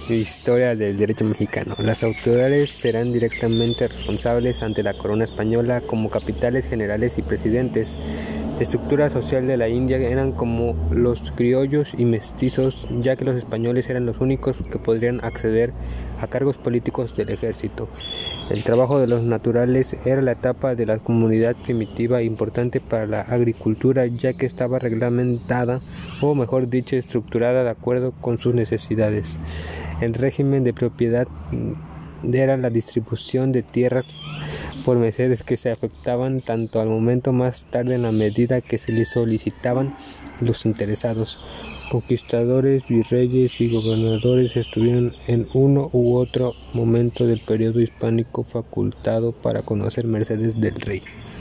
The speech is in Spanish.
Historia del derecho mexicano. Las autoridades serán directamente responsables ante la corona española como capitales generales y presidentes. La estructura social de la India eran como los criollos y mestizos, ya que los españoles eran los únicos que podrían acceder a cargos políticos del ejército. El trabajo de los naturales era la etapa de la comunidad primitiva importante para la agricultura, ya que estaba reglamentada, o mejor dicho, estructurada de acuerdo con sus necesidades. El régimen de propiedad era la distribución de tierras por mercedes que se afectaban tanto al momento más tarde en la medida que se les solicitaban los interesados. Conquistadores, virreyes y gobernadores estuvieron en uno u otro momento del periodo hispánico facultado para conocer mercedes del rey.